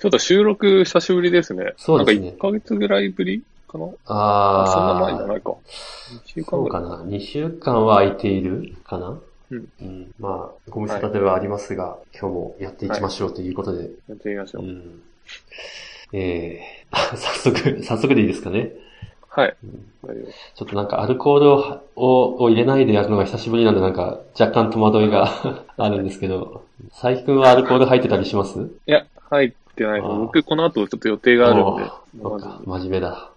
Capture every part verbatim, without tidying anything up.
ちょっと収録久しぶりですね。 そうですね。 なんかいっかげつぐらいぶりかな。 ああ。 そんな前じゃないか。にしゅうかんぐらい。 そうかな。にしゅうかんは空いているかな。 うん。 うん、まあ、ご無沙汰ではありますが、はい、今日もやっていきましょうということで。はい、 やってみましょう。 うん、えー、早速、早速でいいですかね。 はい。 うん、ちょっとなんかアルコールををを入れないでやるのが久しぶりなんでなんか若干戸惑いがあるんですけど、佐伯くんはアルコール入ってたりします？ いや、入ってないです。僕この後ちょっと予定があるんで。 そうか、真面目だ。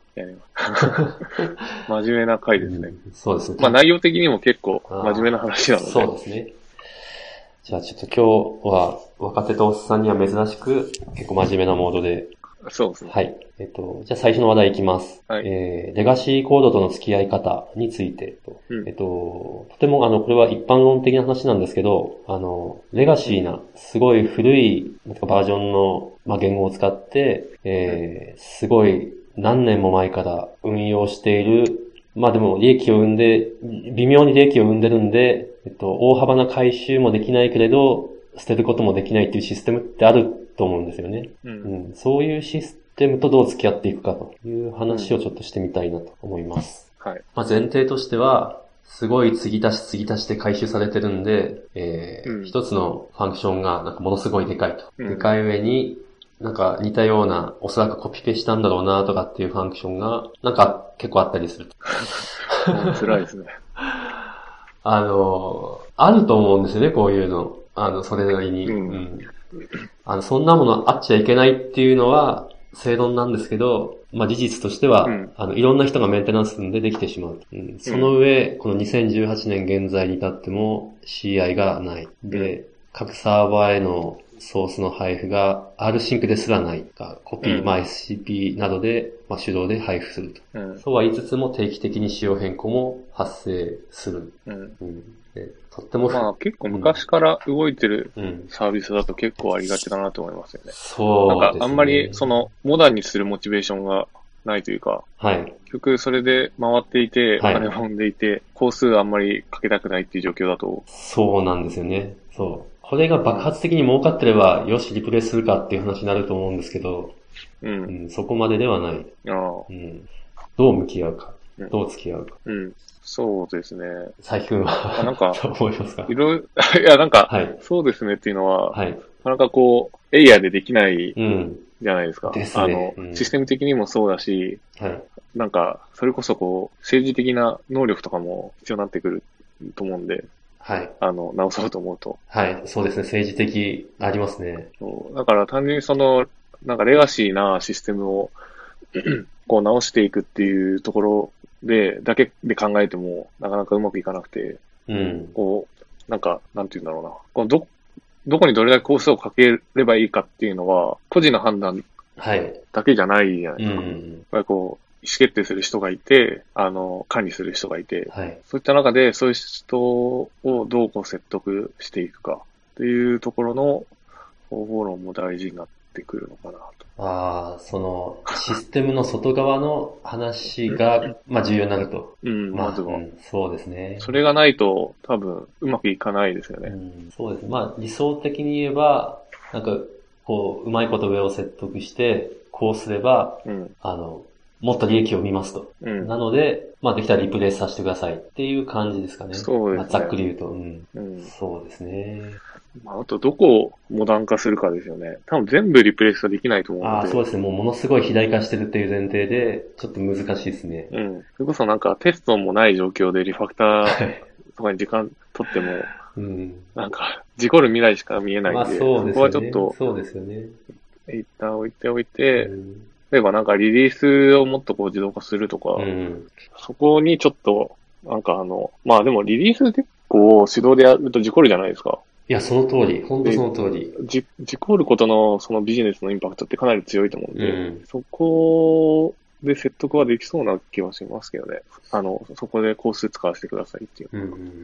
真面目な回ですね、 うん。そうですね。 まあ内容的にも結構真面目な話なので。 そうですね。じゃあちょっと今日は若手とおっさんには珍しく結構真面目なモードで。 そうですね。 はい。えっと、じゃあ最初の話題いきます。はい。えー、レガシーコードとの付き合い方について。うん、えっと、とてもあの、これは一般論的な話なんですけど、あの、レガシーな、すごい古いバージョンの、まあ、言語を使って、えー、すごい何年も前から運用している、まあでも利益を生んで、微妙に利益を生んでるんで、えっと、大幅な回収もできないけれど、捨てることもできないっていうシステムってあると思うんですよね。うんうん、そういうシステムとどう付き合っていくかという話をちょっとしてみたいなと思います。うん、はい。まあ、前提としては、すごい継ぎ足し継ぎ足して回収されてるんで、えーうん、一つのファンクションがなんかものすごいでかいと。うん、でかい上に、なんか似たような、おそらくコピペしたんだろうなとかっていうファンクションが、なんか結構あったりする。 辛いですね。 あの、あると思うんですよね、こういうの。あの、それなりに。うんうんあの、そんなものあっちゃいけないっていうのは正論なんですけど、まあ事実としては、うん、あの、いろんな人がメンテナンスんでできてしまう。うん、その上、このにせんじゅうはちねん現在に至っても シーアイ がない。で、各サーバーへのソースの配布が R シンクですらない。コピー、うん、まあ エスシーピー などで、まあ手動で配布すると。うん、そうは言いつつも定期的に仕様変更も発生する。うんうんでとってもまあ結構昔から動いてるサービスだと結構ありがちだなと思いますよね。 そうですね。 なんかあんまりそのモダンにするモチベーションがないというか、はい。結局それで回っていて、お金を生んでいて、はい、工数あんまりかけたくないっていう状況だと。 そうなんですよね。そう。これが爆発的に儲かってれば、よし、リプレイするかっていう話になると思うんですけど、うん。うん、そこまでではない。ああ。うん。どう向き合うか。うん、どう付き合うか。 うん。そうですね。 最近は。 なんか、 どう思いますか？ いろいろ、いや、なんか、はい、そうですねっていうのは、はい、なかなかこう、エイヤーでできないじゃないですか。うん、ですね。あの、うん、システム的にもそうだし、はい、なんか、それこそこう、政治的な能力とかも必要になってくると思うんで、はい。あの、直そうと思うと。 はい、そうですね。政治的、ありますね。 そうだから単純にその、なんかレガシーなシステムを、こう直していくっていうところで、だけで考えても、なかなかうまくいかなくて、うん。こう、なんか、なんて言うんだろうな。このど、どこにどれだけコースをかければいいかっていうのは、個人の判断だけじなじゃいじゃないですか。うん、やっぱりこう、意思決定する人がいて、あの、管理する人がいて、はい、そういった中で、そういう人をどうこう説得していくかっていうところの方法論も大事になってくるのかなと。 ああ、その、システムの外側の話が、まあ重要になると。 うん、まあ、まずは、うん。そうですね。 それがないと、多分、うまくいかないですよね。 うん、そうですね。まあ理想的に言えば、なんか、こう、うまいこと上を説得して、こうすれば、うん、あの、もっと利益を見ますと。うん、なので、まあできたらリプレイさせてくださいっていう感じですかね。 そうですね。 まあ、ざっくり言うと、うん。うん、そうですね。 まあ、あと、どこをモダン化するかですよね。多分全部リプレイスはできないと思うので。 ああ、そうですね。もうものすごい肥大化してるっていう前提で、ちょっと難しいですね。 うん。それこそなんかテストもない状況でリファクターとかに時間取っても、うん、なんか、事故る未来しか見えないんで、まあそうですよね、そこはちょっと、 そうですよね。 一旦置いておいて、うん、例えばなんかリリースをもっとこう自動化するとか、うん、そこにちょっと、なんかあの、まあでもリリース結構手動でやると事故るじゃないですか。 いや、その通り。本当その通り。 じ、事故ることのそのビジネスのインパクトってかなり強いと思うんで、うん、そこで説得はできそうな気はしますけどね。あの、そこで工数使わせてくださいっていう。 うん、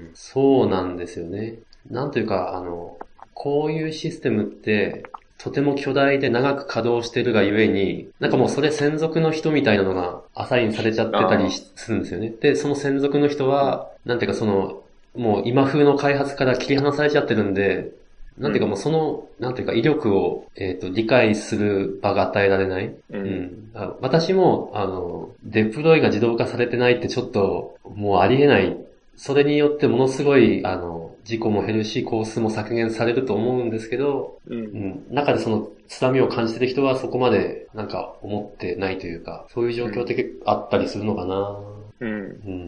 そうなんですよね。なんというか、あの、こういうシステムって、とても巨大で長く稼働してるがゆえに、なんかもうそれ専属の人みたいなのがアサインされちゃってたりするんですよね。で、その専属の人は、なんていうかその、もう今風の開発から切り離されちゃってるんで、 なんていうかもうその、なんていうか威力を、えっと、理解する場が与えられない。 うん。うん、 あ私も、あの、デプロイが自動化されてないってちょっと、もうありえない。それによってものすごい、あの、事故も減るし、コースも削減されると思うんですけど、 うん。うん、 中でその、津波を感じてる人はそこまで、なんか、思ってないというか、そういう状況って結構あったりするのかな。 うん。 うん。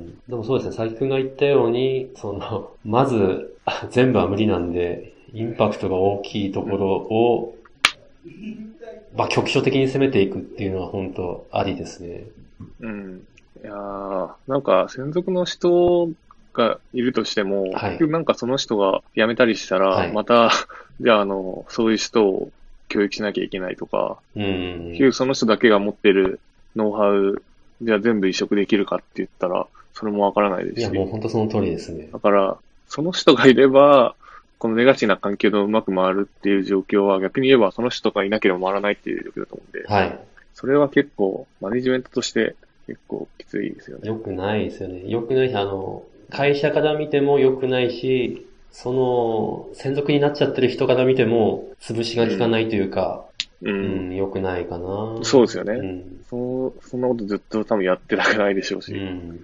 でもそうですね、佐伯くんが言ったように、その、まず、全部は無理なんで、インパクトが大きいところを、まあ、局所的に攻めていくっていうのは本当ありですね。 うん。いやー、なんか専属の人がいるとしても、 はい、 結局なんかその人が辞めたりしたら、はい、また、じゃああの、そういう人を教育しなきゃいけないとか、 うん。 結局その人だけが持ってるノウハウ、じゃあ全部移植できるかって言ったら、それもわからないですし。 いや、もう本当その通りですね。 だから、その人がいれば、このネガチな環境でうまく回るっていう状況は逆に言えばその人がいなければ回らないっていう状況だと思うんで。 はい。 それは結構、マネジメントとして結構きついですよね。 良くないですよね。良くないし、あの、会社から見ても良くないし、その、専属になっちゃってる人から見ても、潰しが効かないというか、うん、うん、良くないかな。 そうですよね。 うん、 そう、そんなことずっと多分やってたくないでしょうし。うん、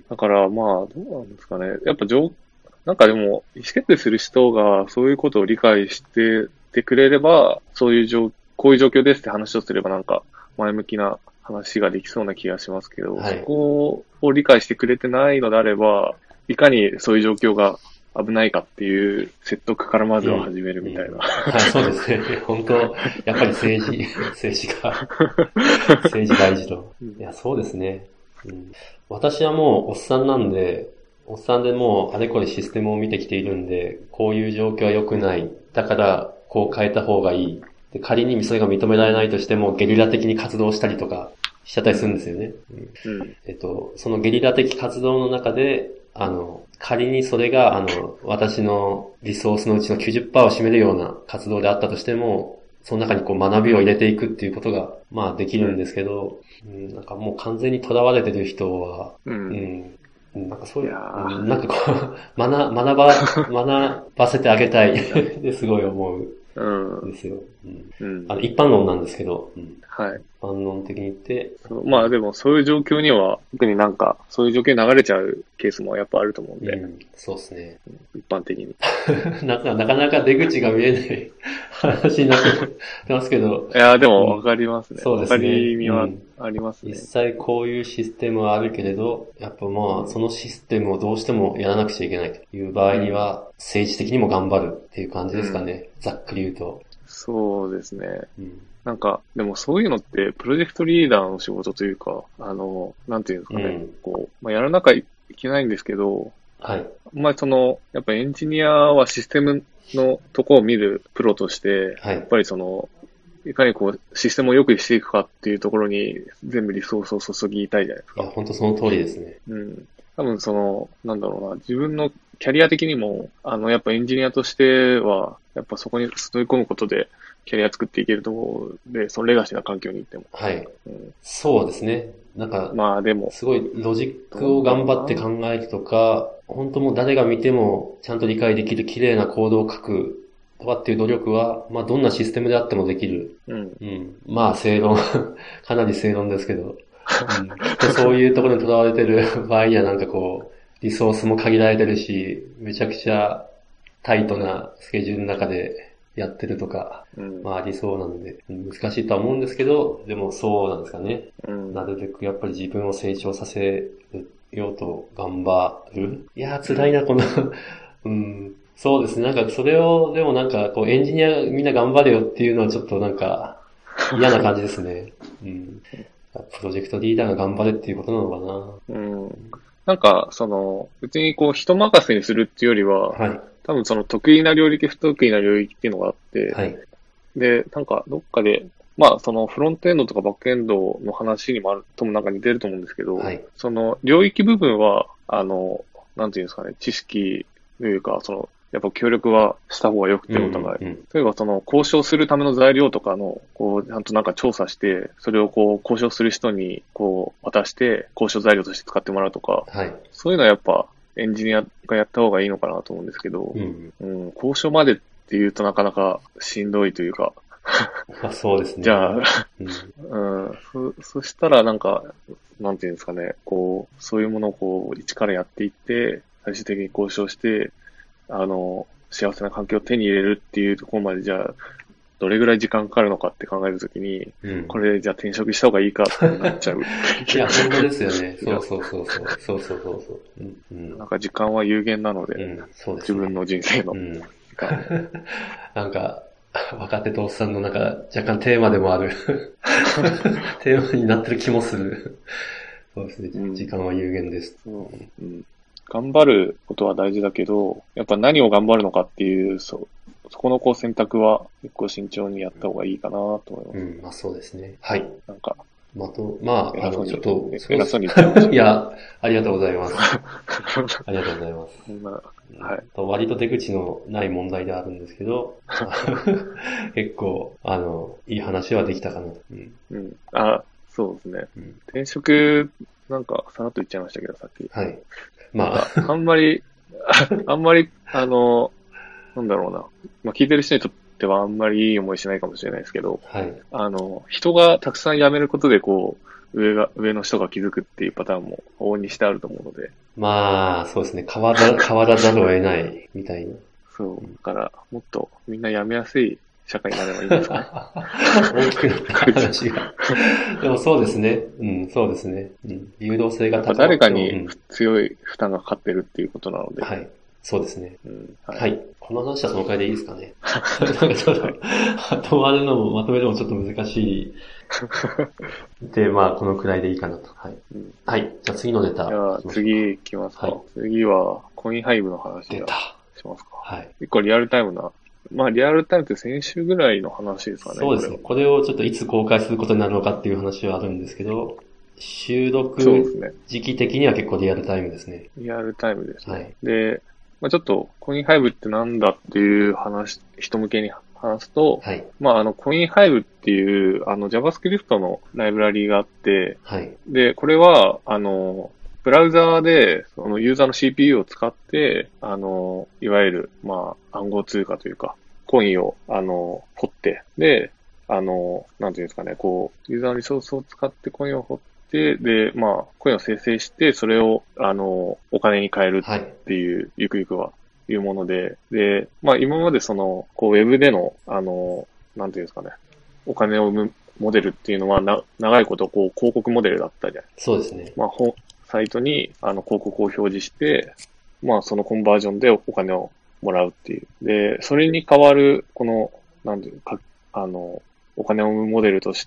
だからまあ、どうなんですかね。やっぱ上、なんかでも、意思決定する人がそういうことを理解しててくれれば、そういう状、こういう状況ですって話をすればなんか前向きな話ができそうな気がしますけど、はい、そこを理解してくれてないのであれば、いかにそういう状況が危ないかっていう説得からまずは始めるみたいな。うんうん、 はい、そうですね。本当、やっぱり政治、政治家、政治大事と。いや、そうですね、うん。私はもうおっさんなんで、おっさんでもうあれこれシステムを見てきているんで、こういう状況は良くない。だからこう変えた方がいい。で仮にそれが認められないとしてもゲリラ的に活動したりとかしちゃったりするんですよね。うんうん、えっと、そのゲリラ的活動の中で、あの、仮にそれが、あの、私のリソースのうちの きゅうじゅっパーセント を占めるような活動であったとしても、その中にこう学びを入れていくっていうことが、まあできるんですけど、うん、なんかもう完全に囚われてる人は、うん、うんなんかそういう、なんかこう、学、学ば、学ばせてあげたいってすごい思うんですよ。うん、あの一般論なんですけど、うん、 はい。 一般論的に言って。 そうまあでもそういう状況には、特になんか、そういう状況に流れちゃうケースもやっぱあると思うんで。うん、 そうですね。 一般的に。 なんかなかなか出口が見えない話になってますけど。 いや、でもわかりますね。 そうですね。 わかりみはありますね、 うん。実際こういうシステムはあるけれど、やっぱまあ、そのシステムをどうしてもやらなくちゃいけないという場合には、政治的にも頑張るっていう感じですかね。うん、ざっくり言うと。 そうですね。うんなんか、でもそういうのって、プロジェクトリーダーの仕事というか、あの、なんていうんですかね、うん、こう、まあ、やらなきゃいけないんですけど、 はい。 まあ、その、やっぱエンジニアはシステムのとこを見るプロとして、はい、やっぱりその、いかにこう、システムを良くしていくかっていうところに、全部リソースを注ぎたいじゃないですか。 いや、本当その通りですね。 うん。多分その、なんだろうな、自分のキャリア的にも、あの、やっぱエンジニアとしては、やっぱそこに吸い込むことで、キャリア作っていけると思うで、そのレガシーな環境に行っても。 はい。うん、そうですね。なんか、 まあでも、 すごいロジックを頑張って考えるとか、本当もう誰が見てもちゃんと理解できる綺麗なコードを書くとかっていう努力は、まあどんなシステムであってもできる。うん。うん、まあ正論、かなり正論ですけど、うん、きっとそういうところにとらわれてる場合にはなんかこう、リソースも限られてるし、めちゃくちゃタイトなスケジュールの中で、やってるとか、うん、まあありそうなんで、難しいとは思うんですけど、でもそうなんですかね。うん、なるべくやっぱり自分を成長させようと頑張る。いやー辛いな、この、うん、そうですね。なんかそれを、でもなんかこうエンジニアみんな頑張れよっていうのはちょっとなんか嫌な感じですね。うん、プロジェクトリーダーが頑張れっていうことなのかな。うん、なんか、その、別にこう人任せにするっていうよりは、はい、多分その得意な領域、不得意な領域っていうのがあって、はい、で、なんかどっかで、まあそのフロントエンドとかバックエンドの話にもあるともなんか似てると思うんですけど、はい、その領域部分は、あの、なんていうんですかね、知識というか、その、やっぱ協力はした方が良くてお互い。うんうん、例えばその交渉するための材料とかの、こう、ちゃんとなんか調査して、それをこう、交渉する人にこう、渡して、交渉材料として使ってもらうとか、はい、そういうのはやっぱ、エンジニアがやった方がいいのかなと思うんですけど、うん、うん、交渉までってっていうとなかなかしんどいというか。 まあそうですね。 じゃあ、うん、うん、そ、そしたらなんか、なんていうんですかね、こう、そういうものをこう、一からやっていって、最終的に交渉して、あの、幸せな環境を手に入れるっていうところまで、じゃあ、どれぐらい時間かかるのかって考えるときに、うん、これじゃあ転職した方がいいかってなっちゃう。 いや、本当ですよね。そうそうそうそう。そうそうそうそう、うんうん。 なんか時間は有限なので、うんそうですね、自分の人生の時間、 うん、なんか、若手とおっさんのなんか若干テーマでもあるテーマになってる気もする。そうですね。うん、時間は有限です、 うんうん。頑張ることは大事だけど、やっぱ何を頑張るのかっていう、そう、そこのこう選択は結構慎重にやった方がいいかなと思います。 うん、まあそうですね。はい。 なんか、 まあと、まあ、あの、ちょっと、 偉そうに言ってました。 いや、ありがとうございます。ありがとうございます。 まあ、はい。 割と出口のない問題であるんですけど、結構、あの、いい話はできたかなと。 うん。うん、あ、そうですね。うん、転職、なんか、さらっと言っちゃいましたけど、さっき。 はい。まあ、 あんまり、あんまり、あの、なんだろうな。まあ、聞いてる人にとってはあんまりいい思いしないかもしれないですけど、 はい。 あの、人がたくさん辞めることで、こう、上が、上の人が気づくっていうパターンも往々にしてあると思うので。 まあ、そうですね。変わら、変わらざるを得ないみたいな。 そう。だから、もっとみんな辞めやすい社会になればいいんですかね。 大きくなった話が。でもそうですね。うん、そうですね。うん、流動性が高い。 誰かに強い負担がかかってるっていうことなので。 はい。そうですね。 うんはい、はい。この話はそのくらいでいいですかね。なんかちょっと、まとまるのも、まとめるのもちょっと難しい。で、まあ、このくらいでいいかなと。はい。うん、はい。じゃあ次のネタ。 じゃあ次行きますか。はい、次は、コインハイブの話をしますか。 はい。 結構リアルタイムな。まあ、リアルタイムって先週ぐらいの話ですかね。 そうですね。これをちょっといつ公開することになるのかっていう話はあるんですけど、収録時期的には結構リアルタイムですね。 リアルタイムですね。 はい、 で、まあ、ちょっとコインハイブってなんだっていう話、人向けに話すと、 はい、 まあ、あの、コインハイブっていう、あの、JavaScript のライブラリーがあって、 はい、 で、これは、あの、ブラウザーで、そのユーザーの シーピーユー を使って、あの、いわゆる、まあ、暗号通貨というか、コインを、あの、掘って、で、あの、なんていうんですかね、こう、ユーザーのリソースを使ってコインを掘って、で、まあ、コインを生成して、それを、あの、お金に変えるっていう、はい、ゆくゆくは、いうもので、で、まあ、今までその、こう、ウェブでの、あの、なんていうんですかね、お金を生むモデルっていうのは、な、長いこと、こう、広告モデルだったじゃないですか。 そうですね。 まあ、ほ、サイトに、あの、広告を表示して、まあ、そのコンバージョンでお金をもらうっていう。で、それに代わる、この、なんていうか、あの、お金を生むモデルとして、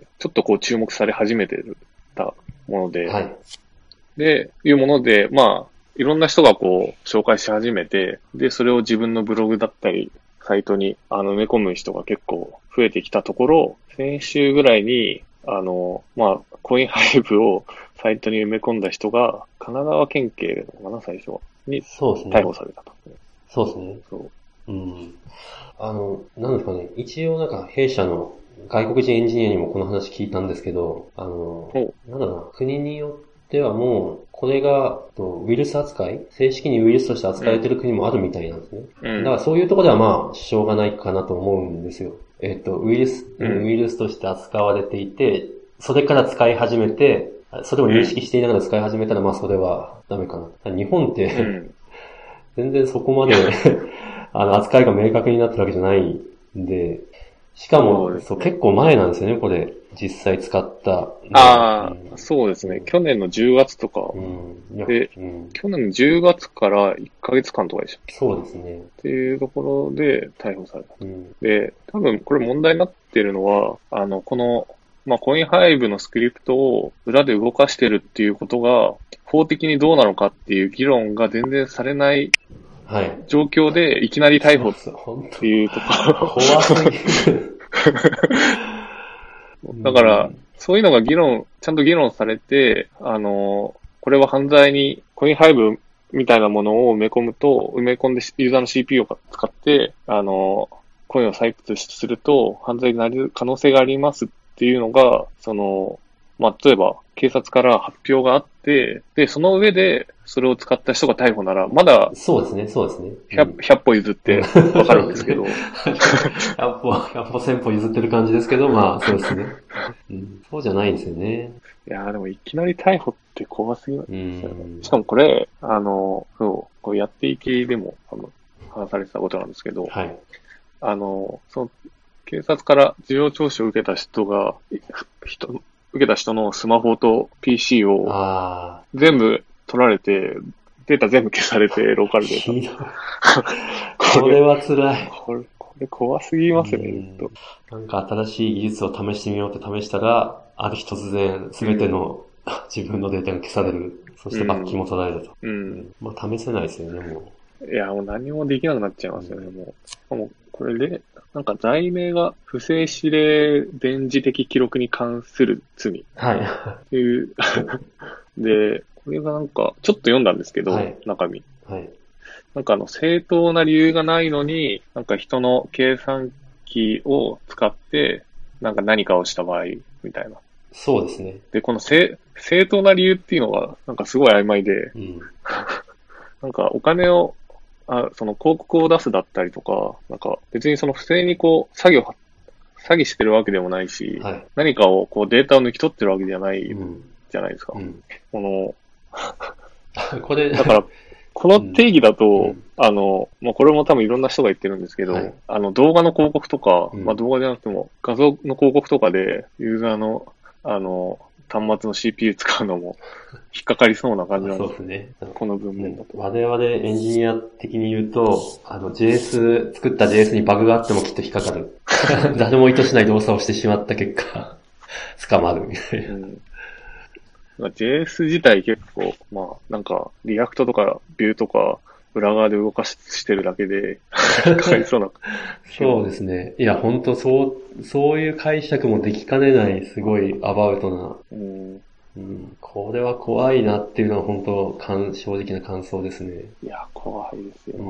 ちょっとこう注目され始めてたもので、 はい。 で、いうもので、まあ、いろんな人がこう、紹介し始めて、で、それを自分のブログだったり、サイトに、あの、埋め込む人が結構増えてきたところ、先週ぐらいに、あの、まあ、コインハイブをサイトに埋め込んだ人が、神奈川県警のかな、最初は。に、逮捕されたと。 そうですね。 そう。 うん。あの、なんですかね。一応なんか弊社の外国人エンジニアにもこの話聞いたんですけど、あの、なんだろうな、国によってはもう、これがウイルス扱い、正式にウイルスとして扱われてる国もあるみたいなんですね。うん、だからそういうところではまあ、しょうがないかなと思うんですよ。えっと、ウイルス、うん、ウイルスとして扱われていて、それから使い始めて、それを認識していながら使い始めたら、まあそれはダメかな。日本って、うん、全然そこまであの、扱いが明確になってるわけじゃないんで、しかも、そう、ね、そう結構前なんですよね、これ。実際使った。 ああ、うん、そうですね。去年のじゅうがつとか。うん、で、うん、去年のじゅうがつからいっかげつかんとかでした。 そうですね。 っていうところで逮捕された。うん、で、多分これ問題になってるのは、あの、この、まあ、コインハイブのスクリプトを裏で動かしてるっていうことが、法的にどうなのかっていう議論が全然されない状況でいきなり逮捕っていうところ。 怖すぎる。 だから、そういうのが議論、ちゃんと議論されて、あの、これは犯罪に、コインハイブみたいなものを埋め込むと、埋め込んでユーザーの シーピーユー を使って、あの、コインを採掘すると犯罪になる可能性がありますっていうのが、その、 まあ、例えば、警察から発表があって、で、その上で、それを使った人が逮捕なら、まだ、 そうですね、そうですね。 百、百歩譲ってわかるんですけど。 百歩、百歩千歩譲ってる感じですけど、まあ、そうですね。うん、そうじゃないんですよね。 いやーでもいきなり逮捕って怖すぎますよね。しかもこれ、あの、そう、こうやっていきでも、あの、話されてたことなんですけど、 はい。 あの、その、警察から事情聴取を受けた人が、人、受けた人のスマホと ピーシー を全部取られて、データ全部消されて、ローカルデータ。 これは辛い。 これ、これ怖すぎますね、 と。なんか新しい技術を試してみようって試したら、ある日突然全ての、うん、自分のデータが消される。そして罰金も取られると。うん。まあ試せないですよね、もう。いや、もう何もできなくなっちゃいますよね、もう。しかも、これで、なんか罪名が不正指令電磁的記録に関する罪。 はい。 っていう。で、これがなんか、ちょっと読んだんですけど、はい、中身。 はい。 なんかあの、正当な理由がないのに、なんか人の計算機を使って、なんか何かをした場合、みたいな。 そうですね。 で、この正、正当な理由っていうのが、なんかすごい曖昧で、うん、なんかお金を、あ、その広告を出すだったりとか、なんか別にその不正にこう、詐欺を、詐欺してるわけでもないし、はい、何かをこうデータを抜き取ってるわけじゃない、うん、じゃないですか。うん、この、 これ、 だから、この定義だと、うん、あの、まあ、これも多分いろんな人が言ってるんですけど、はい、あの、動画の広告とか、うん、まあ、動画じゃなくても画像の広告とかで、ユーザーの、あの、端末の シーピーユー 使うのも引っかかりそうな感じなんです。 そうですね。 この文面だと。 我々エンジニア的に言うと、あの ジェイエス、作った ジェイエス にバグがあってもきっと引っかかる。誰も意図しない動作をしてしまった結果、捕まるみたいな。うん、 ジェイエス 自体結構、まあ、なんか、リアクトとか、ビューとか、裏側で動かししてるだけで、引っかかりそうな。 そうですね。いや、本当そう、そういう解釈もできかねない、すごいアバウトな。うんうん、これは怖いなっていうのは本当、正直な感想ですね。 いや、怖いですよ。うん、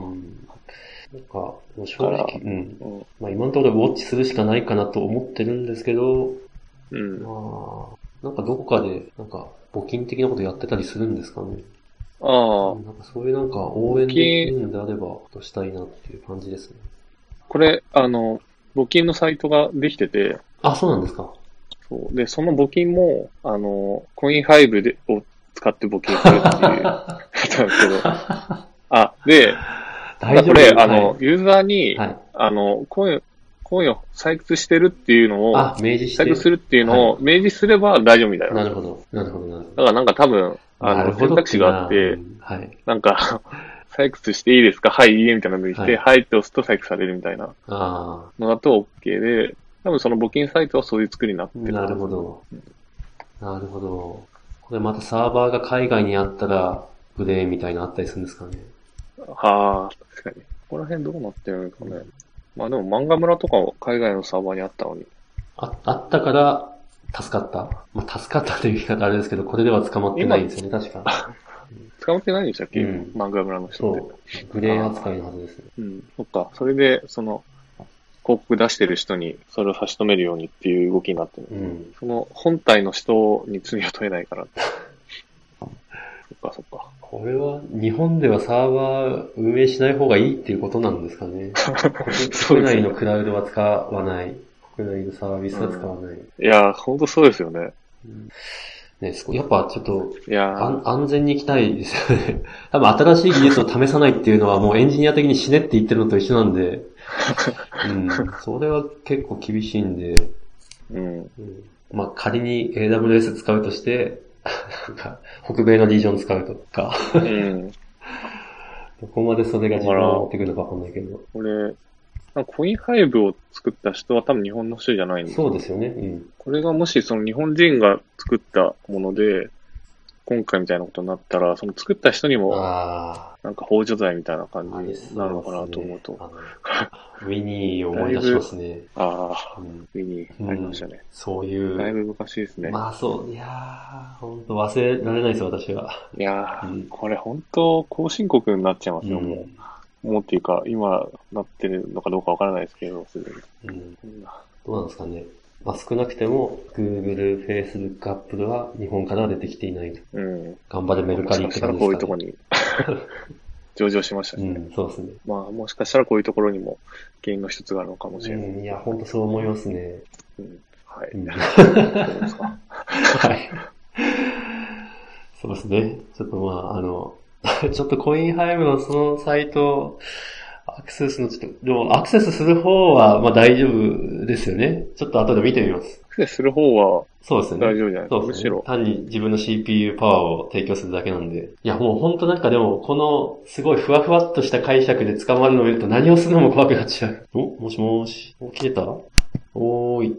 なんか、もう正直、うん。うん、まあ今のところウォッチするしかないかなと思ってるんですけど、うん。まあ、なんかどこかで、なんか、募金的なことやってたりするんですかね。ああ。なんかそういうなんか応援できるんであれば、としたいなっていう感じですね。 これ、あの、募金のサイトができてて。 あ、そうなんですか。 そう。で、その募金も、あの、コインファイブでを使って募金するっていうやつなんですけど。あ、で、大丈夫これ、あの、はい、ユーザーに、はい、あの、コイン、コインを採掘してるっていうのを、 あ、明示して。 採掘するっていうのを明示すれば大丈夫みたいな。 なるほど。なるほど、なるほど。 だからなんか多分、あの、選択肢があって、はい、なんか、採掘していいですかはい、いいえみたいなのにして、はい、はいって押すと採掘されるみたいなのだと OK で、多分その募金サイトはそういう作りになってる。 なるほど。うん、なるほど。これまたサーバーが海外にあったら、グレーみたいなのあったりするんですかね。 はあ、確かに。ここら辺どうなってるのかね。うん、まあでも漫画村とかは海外のサーバーにあったのに。 あ、あったから、助かった。まあ、助かったという言い方あれですけど、これでは捕まってないんですよね、確か。 捕まってないんでしたっけ、うん、漫画村の人って。 そう。グレー扱いのはずですね。 うん。そっか。それで、その、広告出してる人にそれを差し止めるようにっていう動きになってる。うん。その本体の人に罪を問えないから。そっかそっか。 これは、日本ではサーバー運営しない方がいいっていうことなんですかね。国内のクラウドは使わない。国内のサービスは使わない。うん、 いやー、ほんとそうですよね。 うんね、やっぱちょっといや安全に行きたいですよね。多分新しい技術を試さないっていうのはもうエンジニア的に死ねって言ってるのと一緒なんで、うん、それは結構厳しいんで、うんうん、まあ仮に エーダブリューエス 使うとして、なんか北米のリージョン使うとか、うん、どこまでそれが自分を持ってくるのかわかんないけど。 これコインファイブを作った人は多分日本の人じゃないんですそうですよね。うん。 これがもしその日本人が作ったもので、今回みたいなことになったら、その作った人にも、なんか幇助罪みたいな感じになるのかなと思うと。 ウィニーを思い出しますね。 ああ、うん、ウィニーありましたね、うん。 そういう。 だいぶ昔ですね。 まあそう、いやー、ほんと忘れられないですよ、私は。 いやー、うん、これ本当後進国になっちゃいますよ、もう。もうっていうか、今なってるのかどうかわからないですけど、すでに。 うん。どうなんですかね。 まあ、少なくても Google、Facebook、Apple は日本からは出てきていないと。うん、頑張れメルカリって感じですかね。 こういうところに上場しましたね。 うん、そうですね。 まあもしかしたらこういうところにも原因の一つがあるのかもしれない。 うん、いや、本当そう思いますね。 うん、はい。うん、そうですか。 はい。そうですね。ちょっとまあ、あの、ちょっとコインハイブのそのサイト、アクセスのちょっと、でもアクセスする方はまあ大丈夫ですよね。ちょっと後で見てみます。 アクセスする方は、 そうですね。 大丈夫じゃないですか。 むしろ。単に自分の シーピーユー パワーを提供するだけなんで。いやもうほんとなんかでも、このすごいふわふわっとした解釈で捕まるのを見ると何をするのも怖くなっちゃう。お、もしもーし。お、切れた？おーい。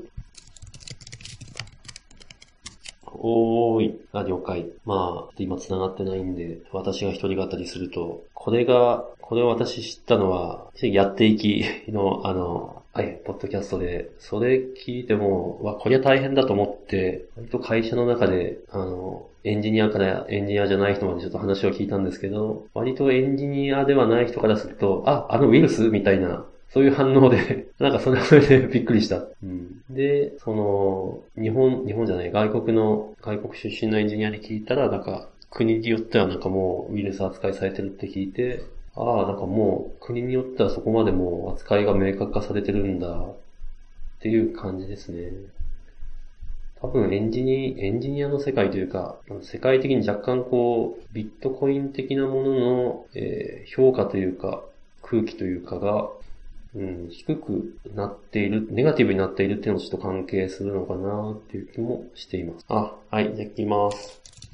おーい。あ、了解。まあ、今繋がってないんで、私が一人語りすると、これが、これを私知ったのは、やっていきの、あの、はい、ポッドキャストで、それ聞いても、わ、こりゃ大変だと思って、割と会社の中で、あの、エンジニアからエンジニアじゃない人までちょっと話を聞いたんですけど、割とエンジニアではない人からすると、あ、あのウイルスみたいな、そういう反応で、なんかそれはそれでびっくりした。うん、で、その、日本、日本じゃない、外国の、外国出身のエンジニアに聞いたら、なんか、国によってはなんかもうウイルス扱いされてるって聞いて、ああ、なんかもう国によってはそこまでもう扱いが明確化されてるんだっていう感じですね。多分エンジニ、エンジニアの世界というか、世界的に若干こう、ビットコイン的なものの、えー、評価というか、空気というかが、うん、低くなっている、ネガティブになっているっていうのもちょっと関係するのかなっていう気もしています。あ、はい、じゃあ行きます。